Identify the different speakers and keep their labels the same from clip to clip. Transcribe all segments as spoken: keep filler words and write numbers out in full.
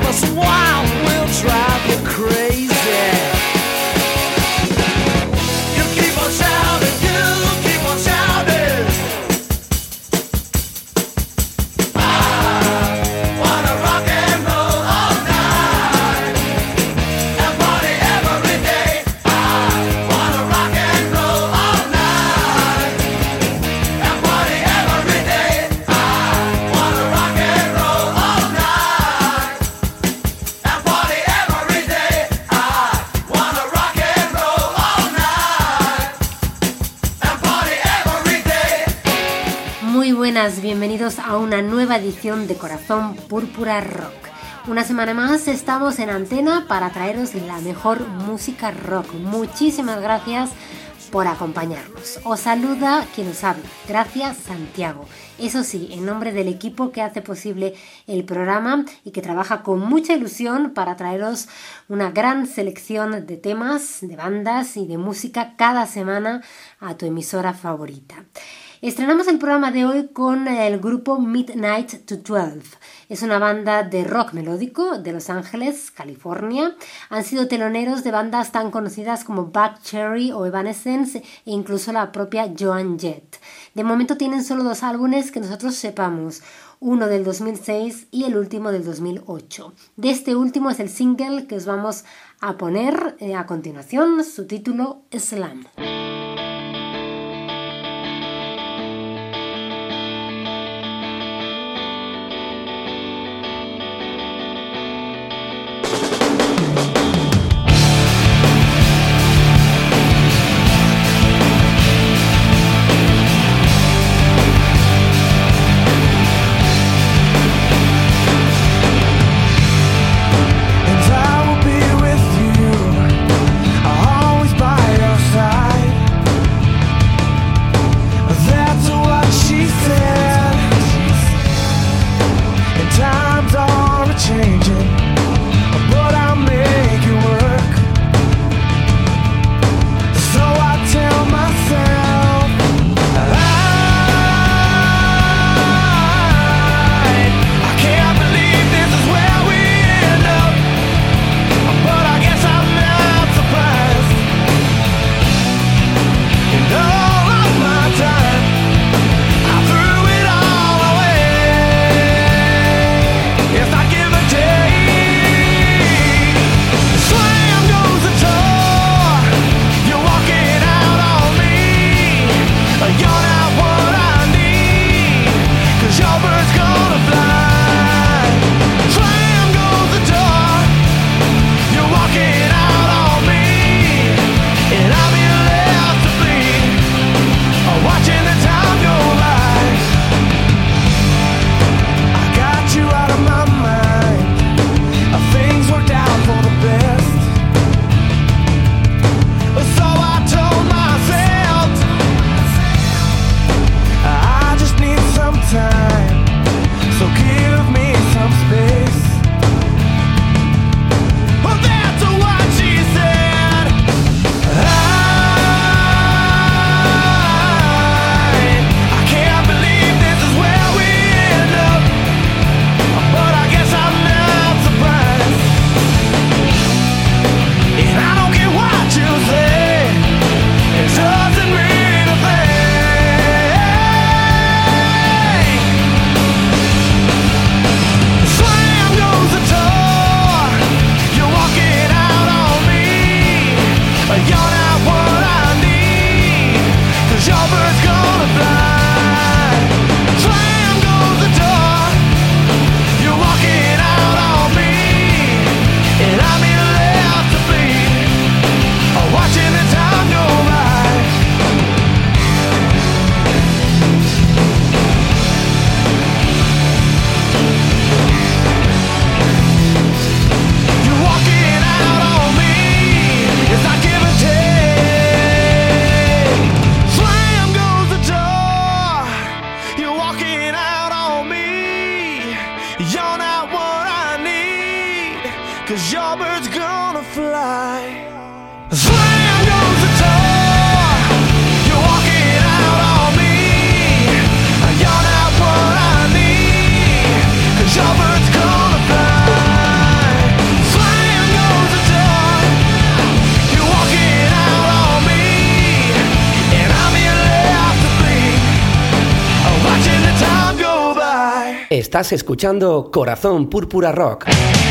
Speaker 1: Bienvenidos a una nueva edición de Corazón Púrpura Rock. Una semana más estamos en antena para traeros la mejor música rock. Muchísimas gracias por acompañarnos. Os saluda quien os habla. Gracias, Santiago. Eso sí, en nombre del equipo que hace posible el programa y que trabaja con mucha ilusión para traeros una gran selección de temas, de bandas y de música cada semana a tu emisora favorita. Estrenamos el programa de hoy con el grupo Midnight to twelve. Es una banda de rock melódico de Los Ángeles, California. Han sido teloneros de bandas tan conocidas como Black Cherry o Evanescence e incluso la propia Joan Jett. De momento tienen solo dos álbumes que nosotros sepamos, uno del dos mil seis y el último del dos mil ocho. De este último es el single que os vamos a poner eh, a continuación, su título Slam.
Speaker 2: Your bird's gonna fly. Estás escuchando Corazón Púrpura Rock.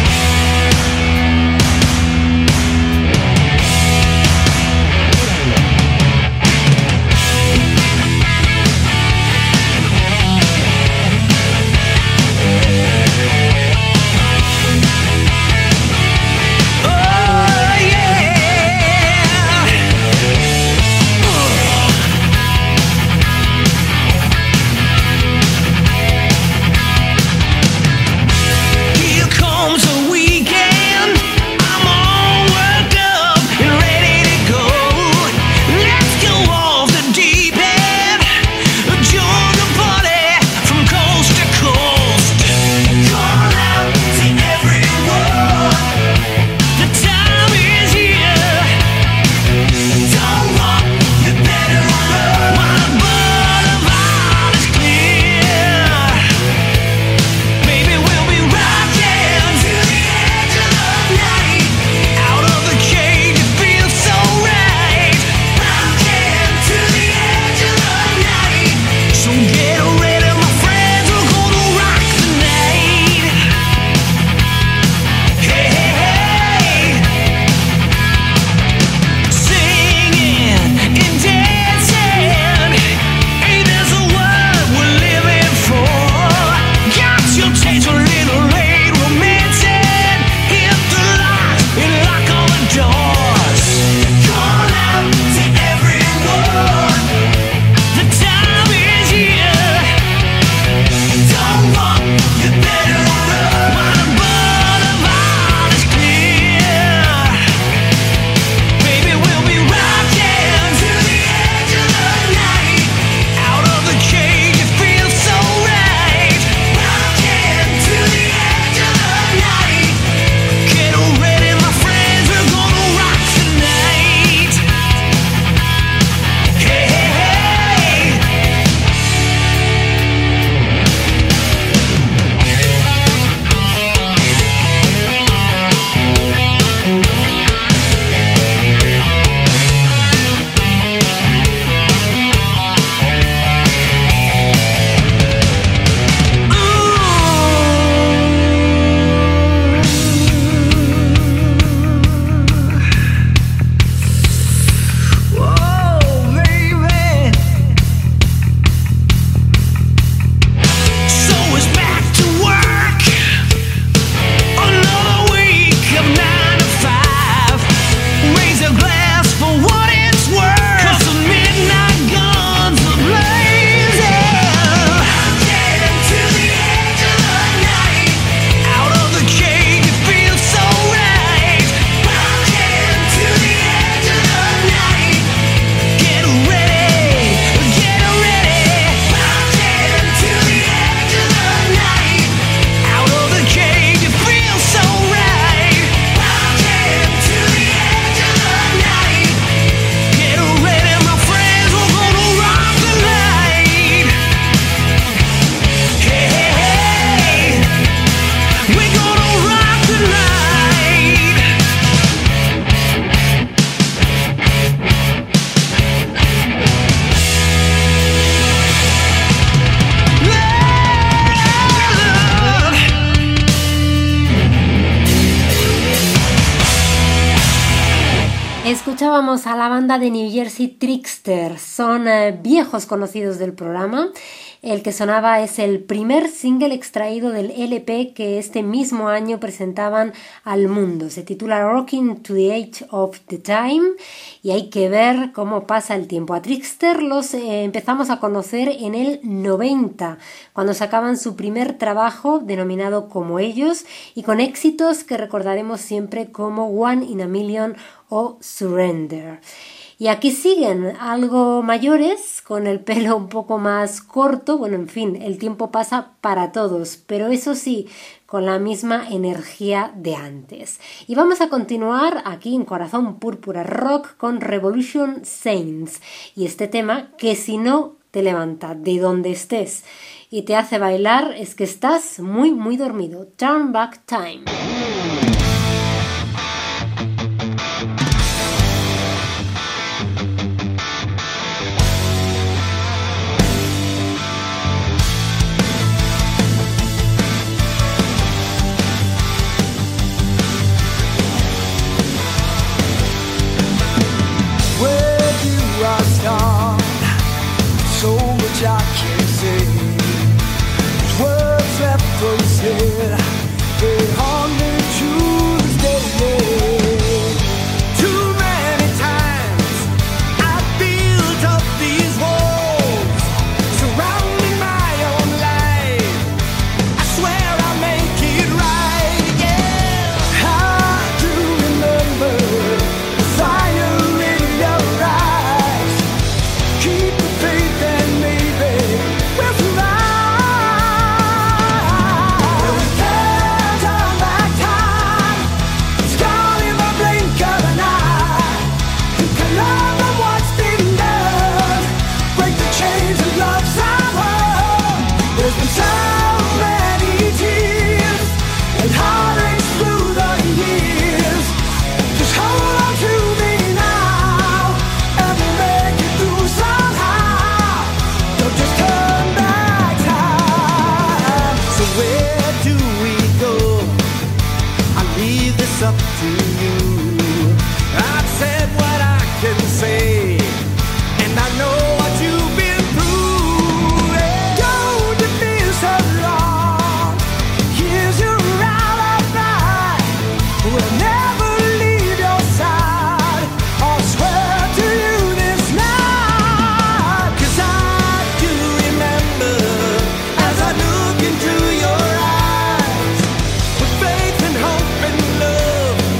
Speaker 1: Escuchábamos a la banda de New Jersey Trickster, son eh, viejos conocidos del programa. El que sonaba es el primer single extraído del L P que este mismo año presentaban al mundo. Se titula Rocking to the Edge of the Time y hay que ver cómo pasa el tiempo. A Trickster los eh, empezamos a conocer en el noventa, cuando sacaban su primer trabajo denominado Como Ellos y con éxitos que recordaremos siempre como One in a Million o Surrender. Y aquí siguen, algo mayores, con el pelo un poco más corto. Bueno, en fin, el tiempo pasa para todos, pero eso sí, con la misma energía de antes. Y vamos a continuar aquí en Corazón Púrpura Rock con Revolution Saints. Y este tema, que si no te levanta de donde estés y te hace bailar, es que estás muy, muy dormido. Turn Back Time.
Speaker 3: said, it haunted me to this day. Too many times I built up these walls surrounding my own life. I swear I'll make it right, yeah. I do remember the fire in your eyes. Keep the faith and maybe we'll survive. Up to you. I've said what I can say, and I know what you've been through. Don't you feel so long? Here's your alibi. We'll never leave your side. I'll swear to you this night. 'Cause I do remember as I look into your eyes, with faith and hope and love.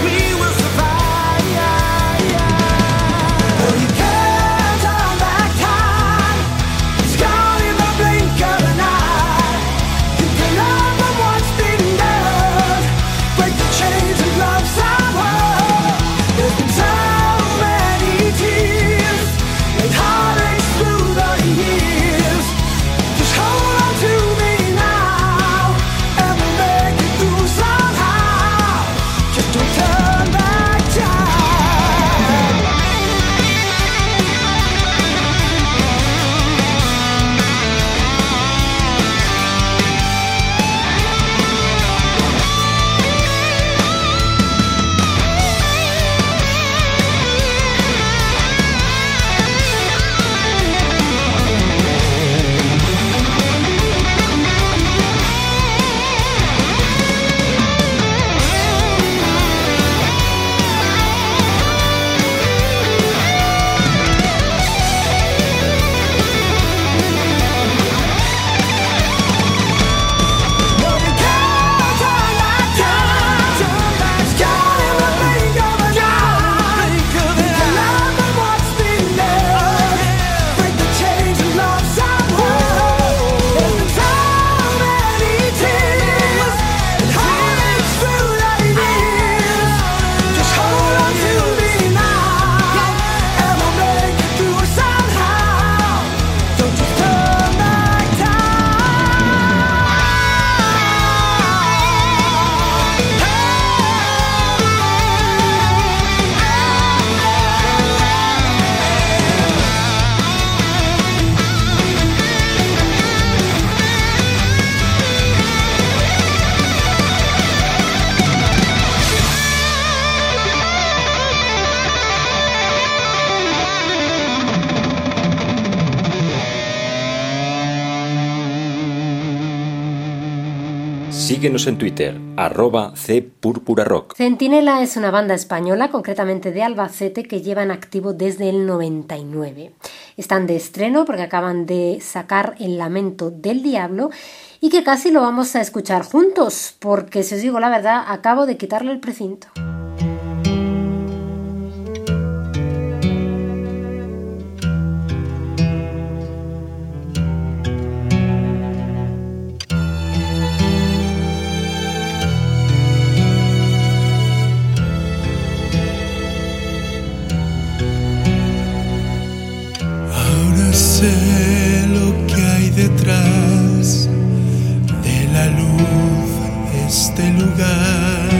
Speaker 4: Síguenos en Twitter, arroba cpurpurarock.
Speaker 1: Centinela es una banda española, concretamente de Albacete, que llevan activo desde el noventa y nueve. Están de estreno porque acaban de sacar El lamento del diablo y que casi lo vamos a escuchar juntos, porque si os digo la verdad, acabo de quitarle el precinto.
Speaker 5: Sé lo que hay detrás de la luz de este lugar.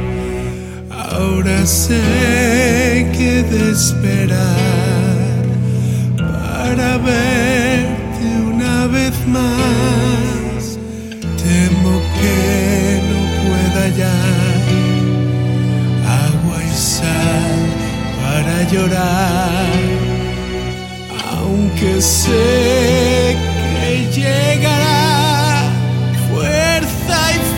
Speaker 5: Ahora sé que de esperar para verte una vez más. Temo que no pueda hallar agua y sal para llorar. Aunque sé que llegará fuerza y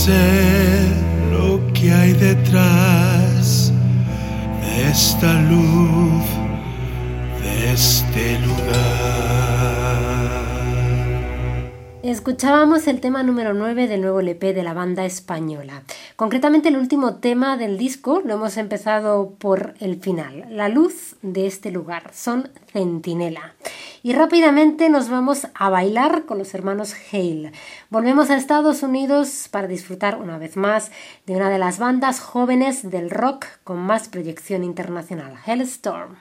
Speaker 5: sé lo que hay detrás de esta luz, de este lugar.
Speaker 1: Escuchábamos el tema número nueve del nuevo L P de la banda española. Concretamente el último tema del disco lo hemos empezado por el final, La luz de este lugar, son Centinela. Y rápidamente nos vamos a bailar con los hermanos Hale. Volvemos a Estados Unidos para disfrutar una vez más de una de las bandas jóvenes del rock con más proyección internacional, Halestorm.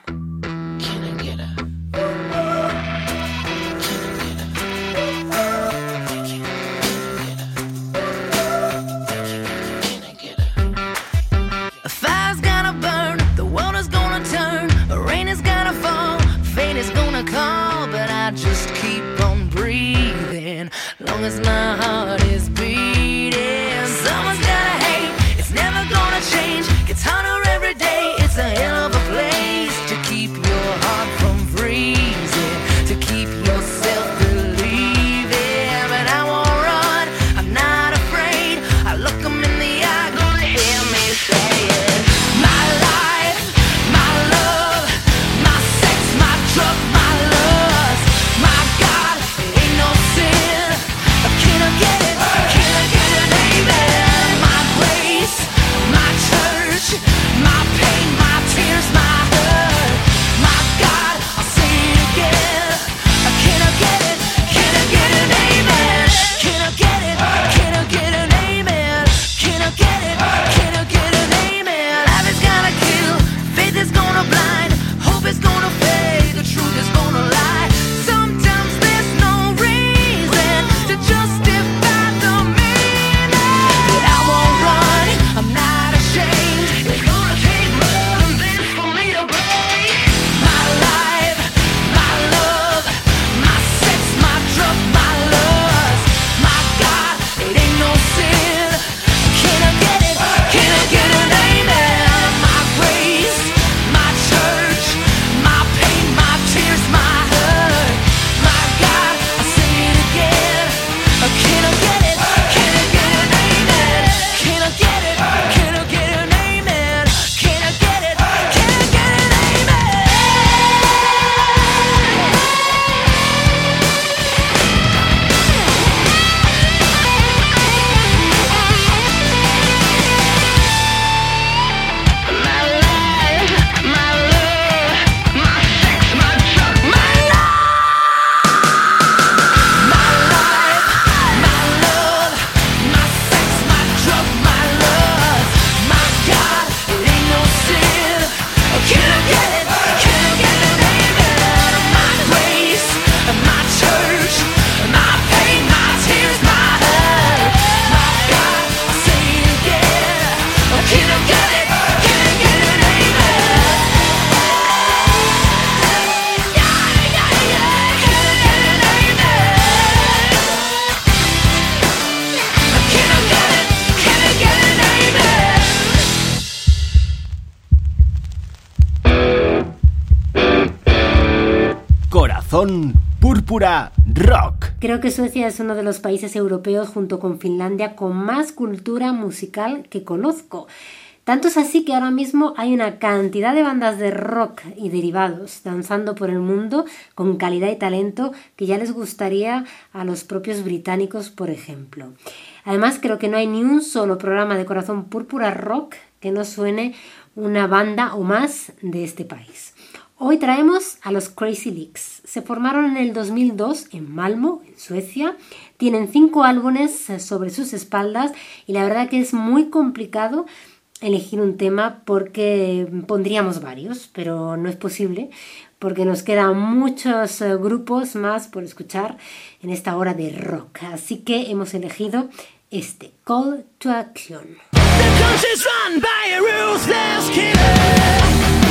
Speaker 6: Long as my heart is beating, someone's gotta hate. It's never gonna change. Gets hotter every day. It's a hell of a place to keep your heart from freezing, to keep yourself believing. But I won't run. I'm not afraid. I look 'em in the eye. Gonna hear me say it. My life, my love, my sex, my drug, my lust. My God, it ain't no sin. Can I get it? Can I get an amen? My grace, my church, my pain, my tears, my hurt. My God, I'll say it again. Can I get it? Can I get an amen? Can I get it? Can I get an amen? Can I get it? Can I get an amen? Life is gonna kill, faith is gonna blind, hope is gonna fade, the truth is gonna lie. Sometimes there's no reason to justify the meaning. But I won't run, I'm not ashamed. It's gonna take more than this for me to break. My life, my love, my sex, my drug, my lust. My God, it ain't no sin. Can I get it? Can I get an amen? My grace, my church, my pain, my tears, my hurt. My God, I'll say it again. Can I get it? Can I get an amen? Can I get it? Can I get an amen? Can I get it? Can I get an amen? My life, my love, my sex, my drug, my love. My life, my love, my sex, my drug, my lust. My God, it ain't no sin. Can I get it? Can I get an amen? My grace, my church, my pain, my tears, my hurt. My God, I'll say it again. Can I get it? Can I get an amen? Yeah, yeah, yeah. Can I get an amen? Can I get it? Can I get an amen?
Speaker 7: Corazón Púrpura Rock.
Speaker 1: Creo que Suecia es uno de los países europeos junto con Finlandia con más cultura musical que conozco. Tanto es así que ahora mismo hay una cantidad de bandas de rock y derivados danzando por el mundo con calidad y talento que ya les gustaría a los propios británicos, por ejemplo. Además, creo que no hay ni un solo programa de Corazón Púrpura Rock que no suene una banda o más de este país. Hoy traemos a los Crazy Leaks. Se formaron en el dos mil dos en Malmö, en Suecia. Tienen cinco álbumes sobre sus espaldas y la verdad que es muy complicado elegir un tema porque pondríamos varios, pero no es posible porque nos quedan muchos uh, grupos más por escuchar en esta hora de rock. Así que hemos elegido este, Call to Action.
Speaker 6: The country's run by a ruthless killer.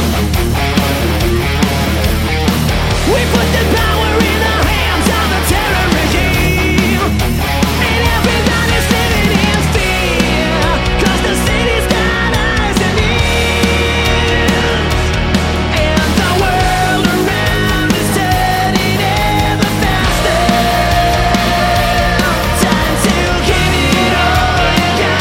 Speaker 6: We put the power in the hands of the terror regime, and everybody's living in fear, 'cause the city's got eyes and ears, and the world around is turning ever faster. Time to give it all you got.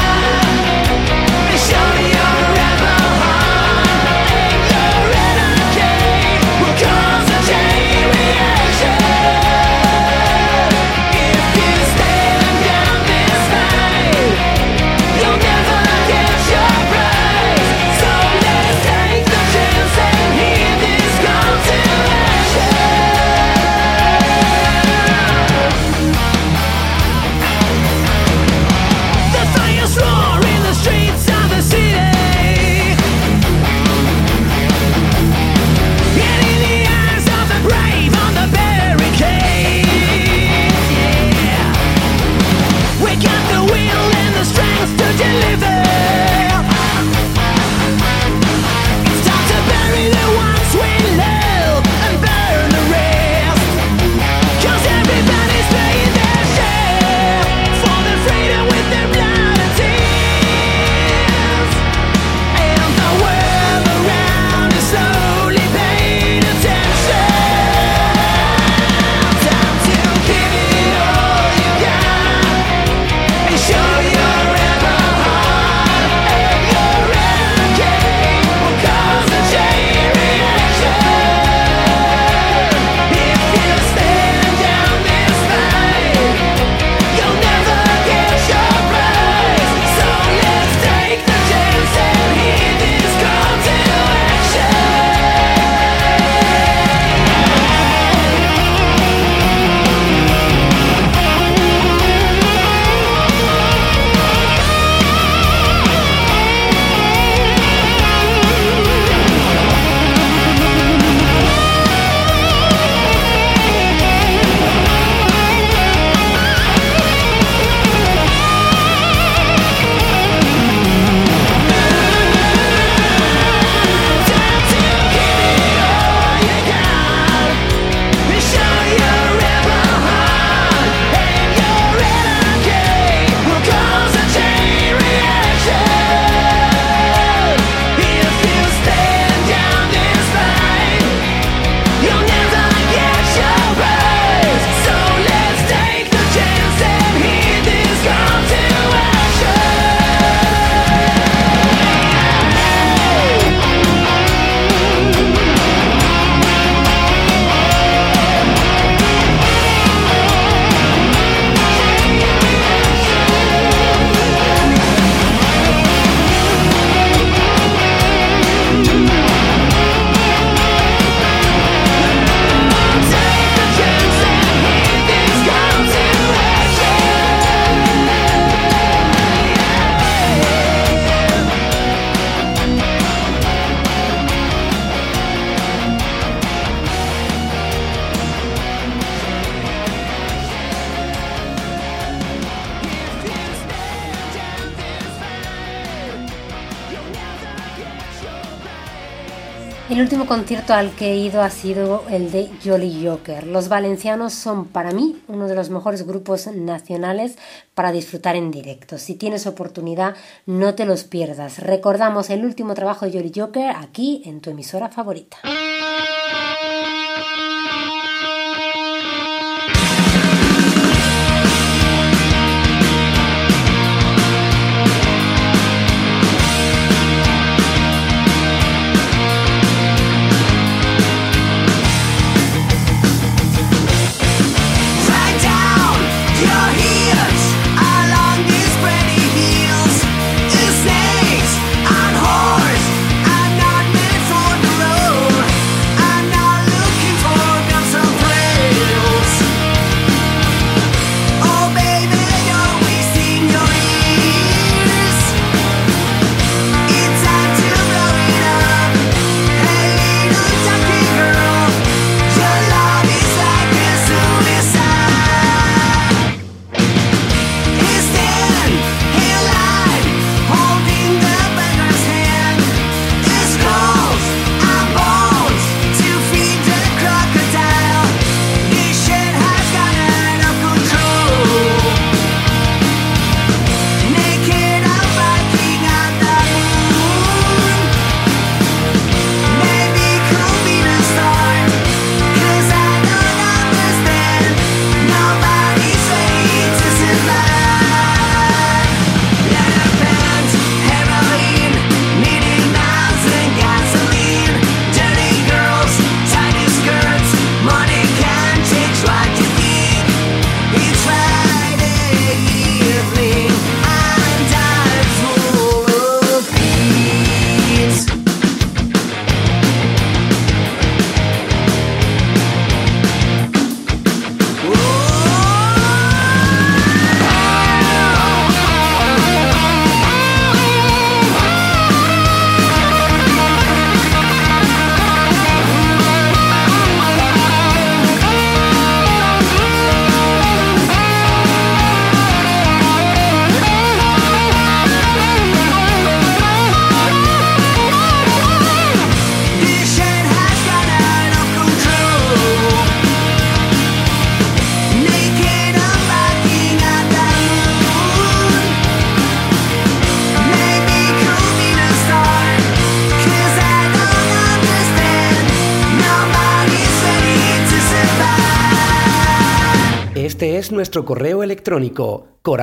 Speaker 1: El último concierto al que he ido ha sido el de Jolly Joker. Los valencianos son para mí uno de los mejores grupos nacionales para disfrutar en directo. Si tienes oportunidad, no te los pierdas. Recordamos el último trabajo de Jolly Joker aquí en tu emisora favorita.
Speaker 2: Este es nuestro correo electrónico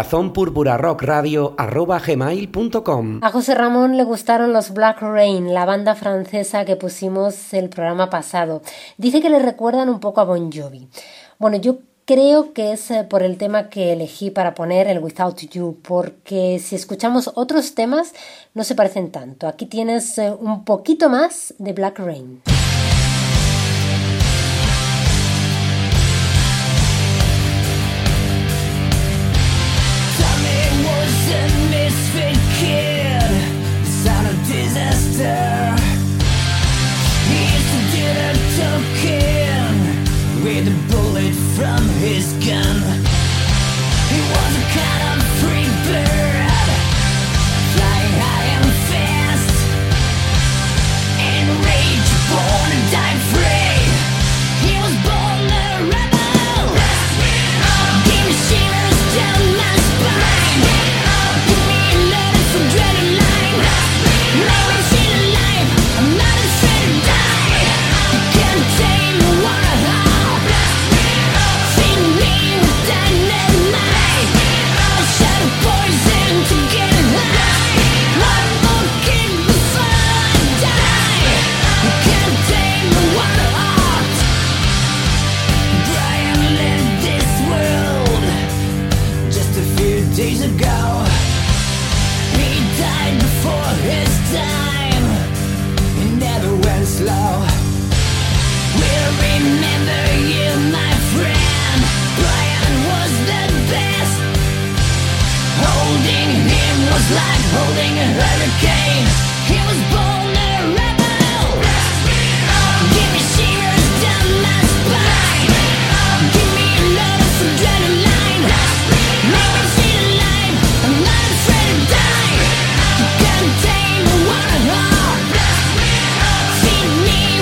Speaker 2: corazonpurpurarockradio arroba gmail punto com.
Speaker 1: A José Ramón le gustaron los Black Rain, la banda francesa que pusimos el programa pasado. Dice que le recuerdan un poco a Bon Jovi. Bueno, yo creo que es por el tema que elegí para poner, el Without You, porque si escuchamos otros temas no se parecen tanto. Aquí tienes un poquito más de Black Rain.
Speaker 6: Misfit kid, son of disaster. He used to do the talking with a bullet from his gun. He was a kind of free bird, flying high and fast, enraged, born and died free. He was born a rebel. Give me shivers down my spine. Days ago, he died before his time. He never went slow. We'll remember you, my friend. Brian was the best. Holding him was like holding a hurricane. He was born a rebel. Give me shivers down my spine. Give me love from adrenaline. Make me feel alive. I'm not afraid to die. You can't tame the one heart. Feed me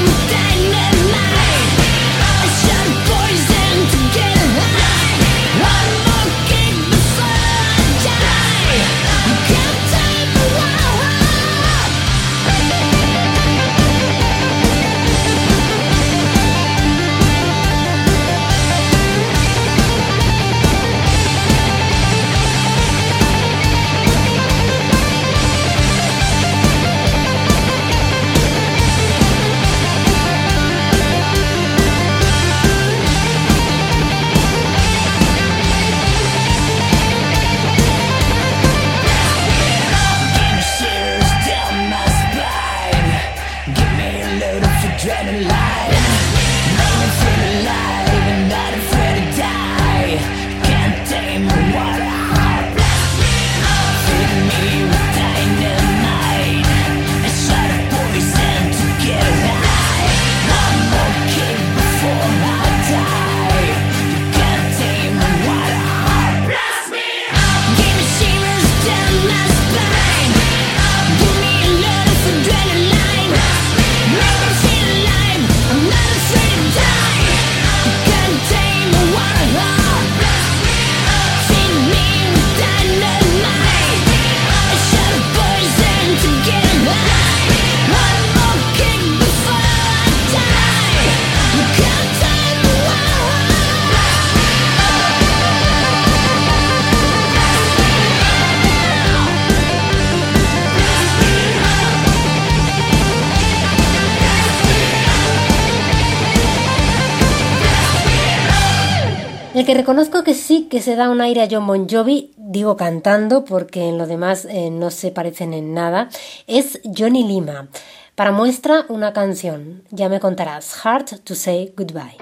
Speaker 1: el que reconozco que sí que se da un aire a Jon Bon Jovi, digo cantando porque en lo demás eh, no se parecen en nada, es Johnny Lima. Para muestra una canción, ya me contarás, Hard to Say Goodbye.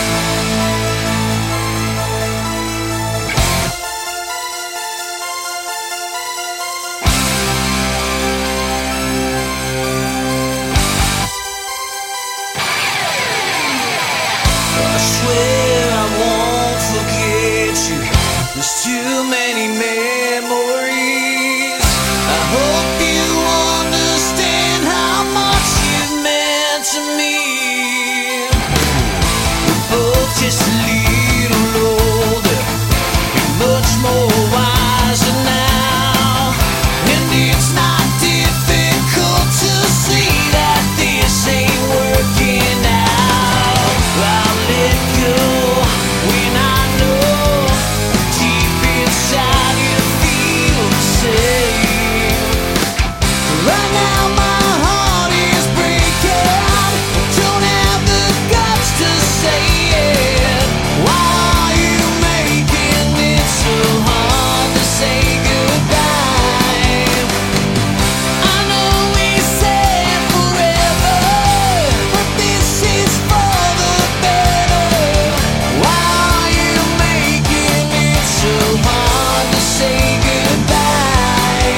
Speaker 3: There's too many memories. I hope you understand how much you've meant to me. We're both just a little older and much more wiser now. And it's not difficult to see that this ain't working out. I'll let go when I know inside you feel the same. Right now my heart is breaking. Don't have the guts to say it. Why are you making it so hard to say goodbye? I know we said forever, but this is for the better. Why are you making it so hard to say goodbye?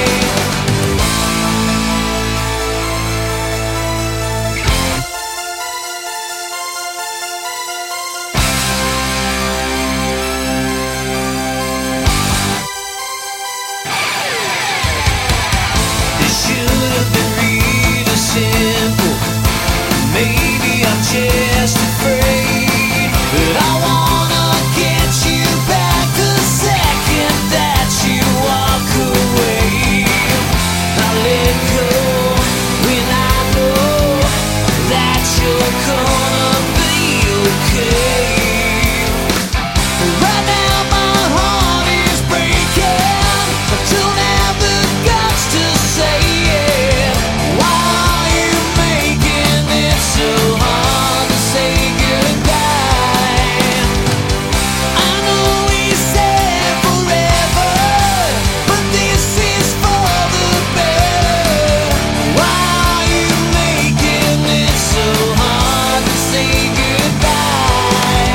Speaker 3: It should have been really simple. Maybe I'm just afraid, but I wanna get you back the second that you walk away. I let go when I know that you're gonna be okay. Right now my heart is breaking. I don't have the guts to say it. Why are you making it so hard to say goodbye? I know we said forever, but this is for the better. Why are you making it so hard to say goodbye?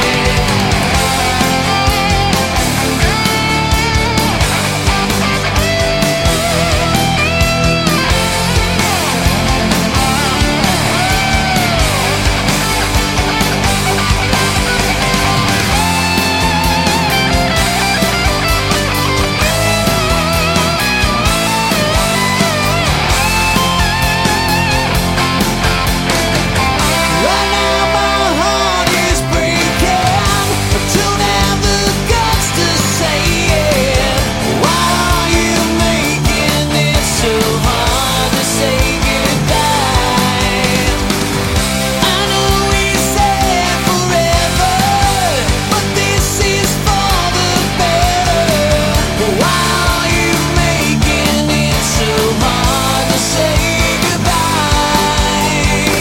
Speaker 3: Right now my heart is breaking. I don't have the guts to say it. Why are you making it so hard to say goodbye? I know we said forever, but this is for the better. Why are you making it so hard to say goodbye?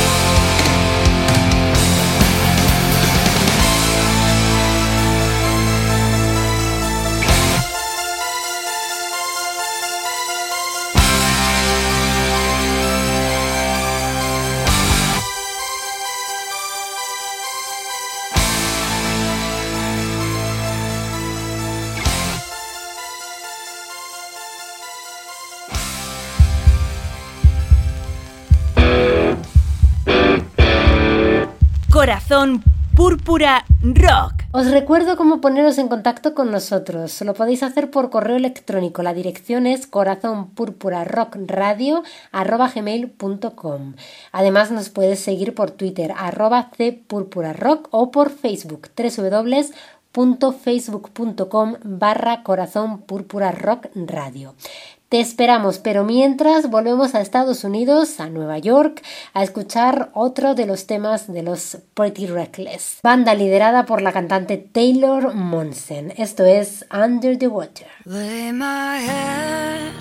Speaker 8: Corazón Púrpura Rock.
Speaker 1: Os recuerdo cómo poneros en contacto con nosotros. Lo podéis hacer por correo electrónico. La dirección es corazonpurpurarockradio arroba gmail punto com. Además nos puedes seguir por Twitter arroba cpurpurarock o por Facebook www.facebook.com barra corazón púrpura rock radio. Te esperamos, pero mientras volvemos a Estados Unidos, a Nueva York, a escuchar otro de los temas de los Pretty Reckless, banda liderada por la cantante Taylor Momsen. Esto es Under the Water.
Speaker 6: Lay my head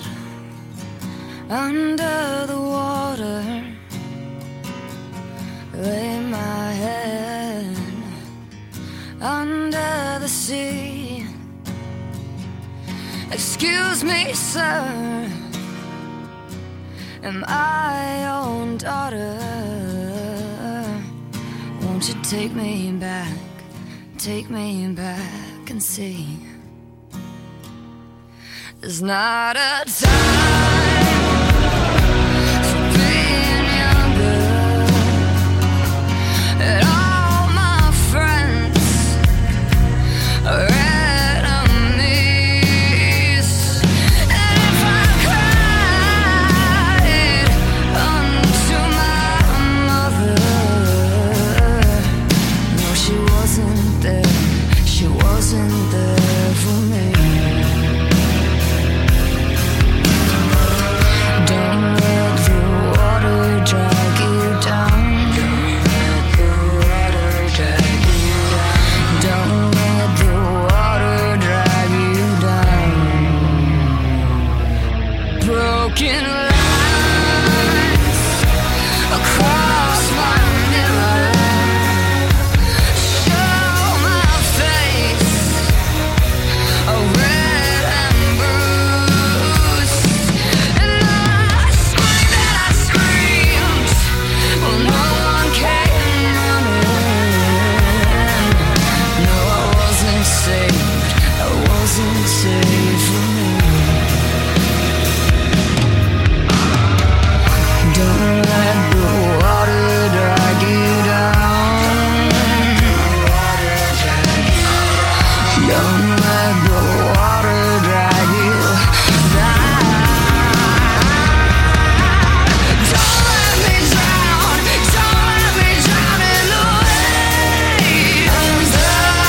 Speaker 6: under the water. Lay my head under the sun.
Speaker 9: Excuse me, sir, am I your own daughter? Won't you take me back, take me back and see? There's not a time for being younger, and all my friends are enemies. And if I cried unto my mother, no, she wasn't there, she wasn't there for me. Broken lines across my mirror show my face, a red and bruised. And I screamed and I screamed, well, no one came running. No, I wasn't saved, I wasn't saved for me. Don't let the water drag you down. Don't let the water drag you down. Don't let me drown. Don't let me drown in the waves.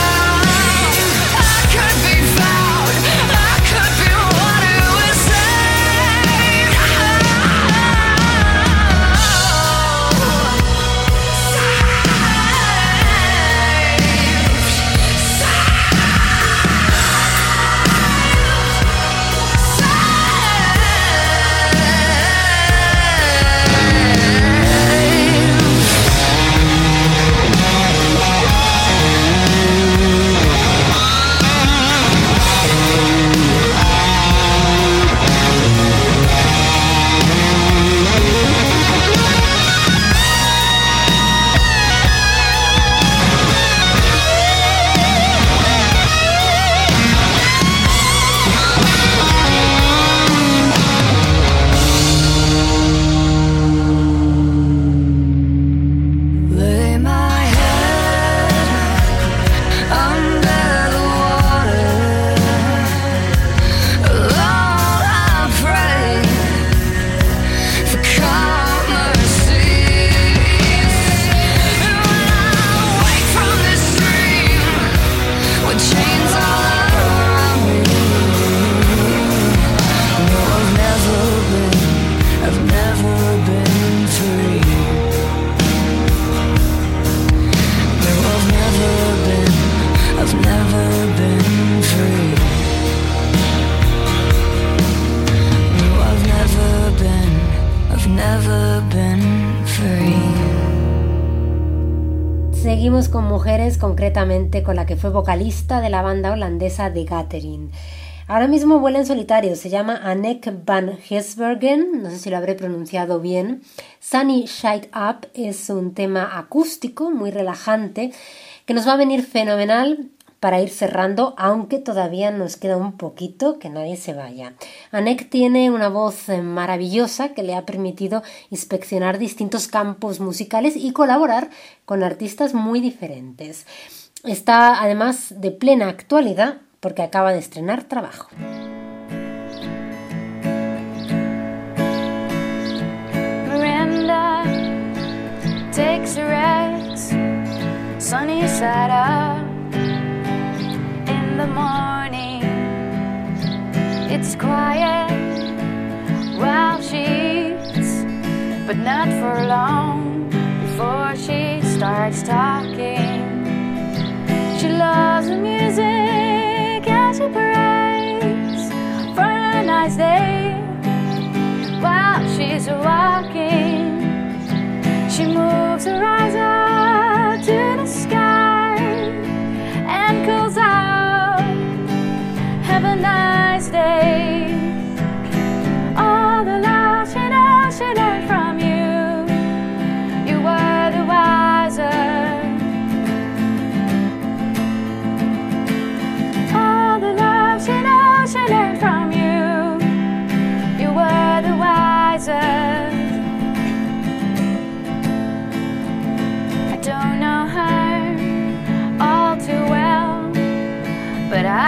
Speaker 9: I could be found. I could be one who is saved. Lay my head under the water. Lord, I pray for calmer seas. And when I wake from this dream with chains all around me, no, I've never been, I've never been free. No, I've never been, I've never been free. No, I've never been, I've never been free.
Speaker 1: Seguimos con mujeres, concretamente con la que fue vocalista de la banda holandesa The Gathering. Ahora mismo vuela en solitario, se llama Anneke van Gisbergen, no sé si lo habré pronunciado bien. Sunny Side Up es un tema acústico muy relajante que nos va a venir fenomenal para ir cerrando, aunque todavía nos queda un poquito, que nadie se vaya. Anneke tiene una voz maravillosa que le ha permitido inspeccionar distintos campos musicales y colaborar con artistas muy diferentes. Está además de plena actualidad porque acaba de estrenar trabajo.
Speaker 10: Miranda takes a rest, sunny side up. In the morning, it's quiet while she eats, but not for long before she starts talking. She loves the music and she prays for a nice day while she's walking. She moves her eyes up to the sky and calls out, "Have a nice day."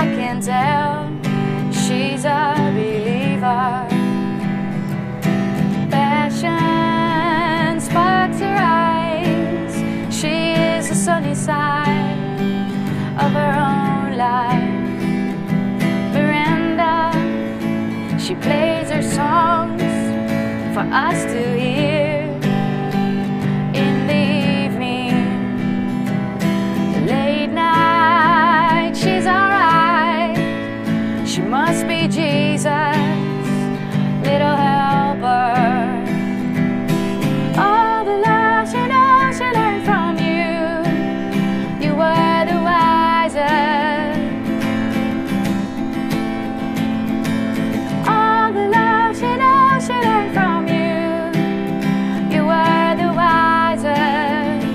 Speaker 10: I can tell she's a believer. Passion sparks her eyes. She is the sunny side of her own life. Miranda, she plays her songs for us to hear in the evening. Late night, she's alright. She must be Jesus' little helper. All the love she knows she learned from you. You were the wiser. All the love she knows she learned from you. You were the wiser.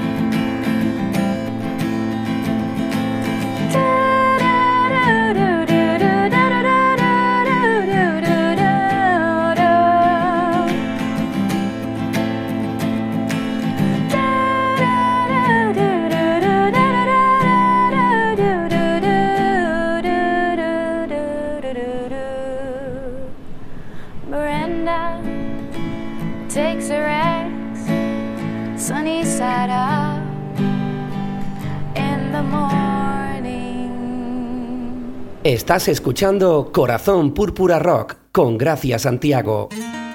Speaker 10: Miranda takes her ex, sunny side up in the morning.
Speaker 2: Estás escuchando Corazón Púrpura Rock con Gracia Santiago.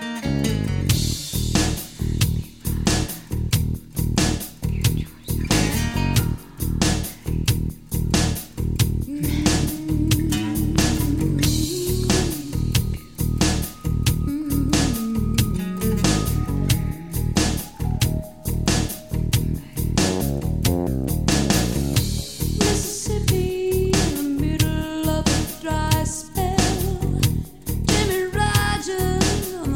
Speaker 11: Mississippi, in the middle of a dry spell. Jimmy Rogers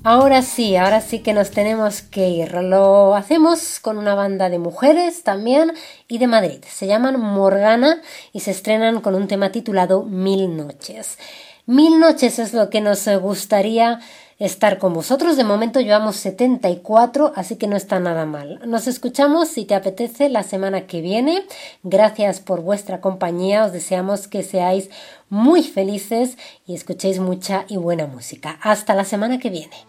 Speaker 1: Ahora sí, ahora sí que nos tenemos que ir. Lo hacemos con una banda de mujeres también y de Madrid. Se llaman Morgana y se estrenan con un tema titulado Mil Noches. Mil noches es lo que nos gustaría estar con vosotros. De momento llevamos setenta y cuatro, así que no está nada mal. Nos escuchamos, si te apetece, la semana que viene. Gracias por vuestra compañía. Os deseamos que seáis muy felices y escuchéis mucha y buena música. Hasta la semana que viene.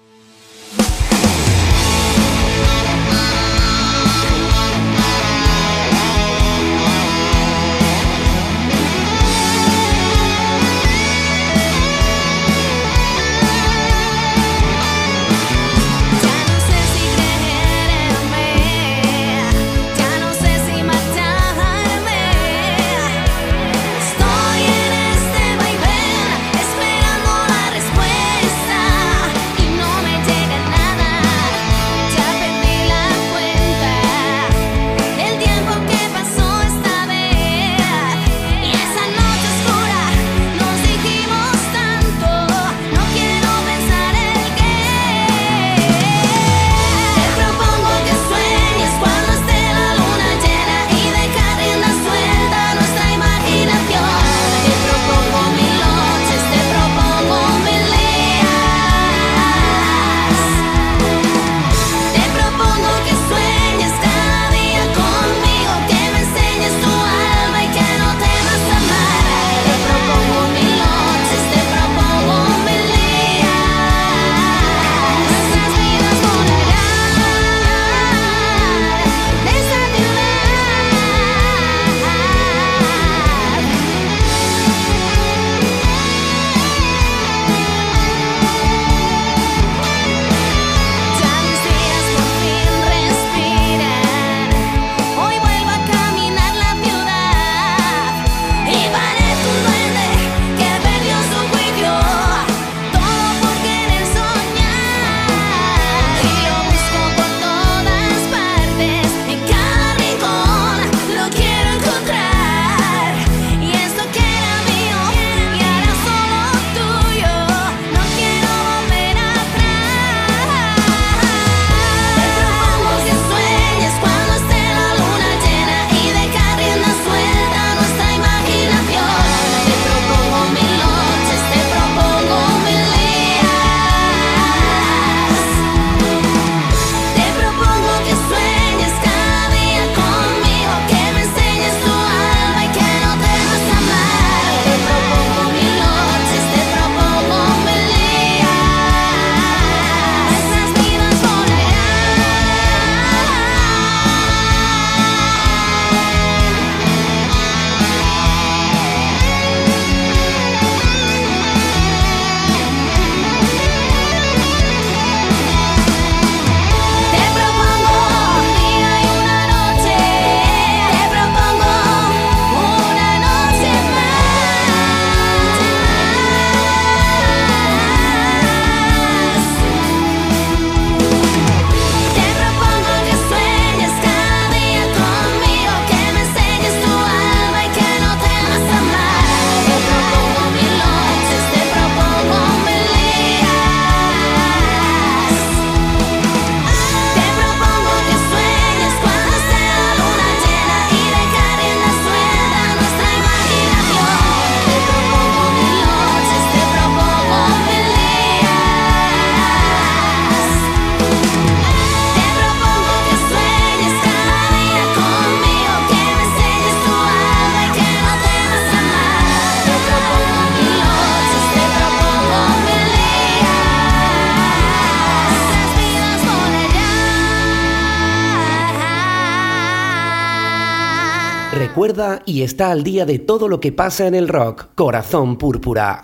Speaker 2: Recuerda y está al día de todo lo que pasa en el rock. Corazón Púrpura.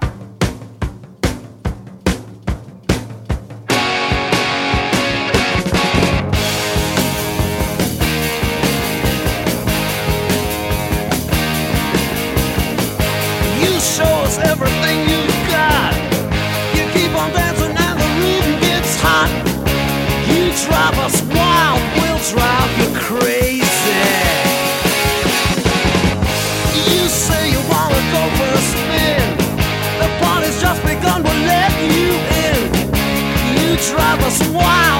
Speaker 3: You show us everything you've got. You keep on dancing and the rhythm gets hot. You drive us wild, we'll drive you crazy. You say you wanna go for a spin. The some wine.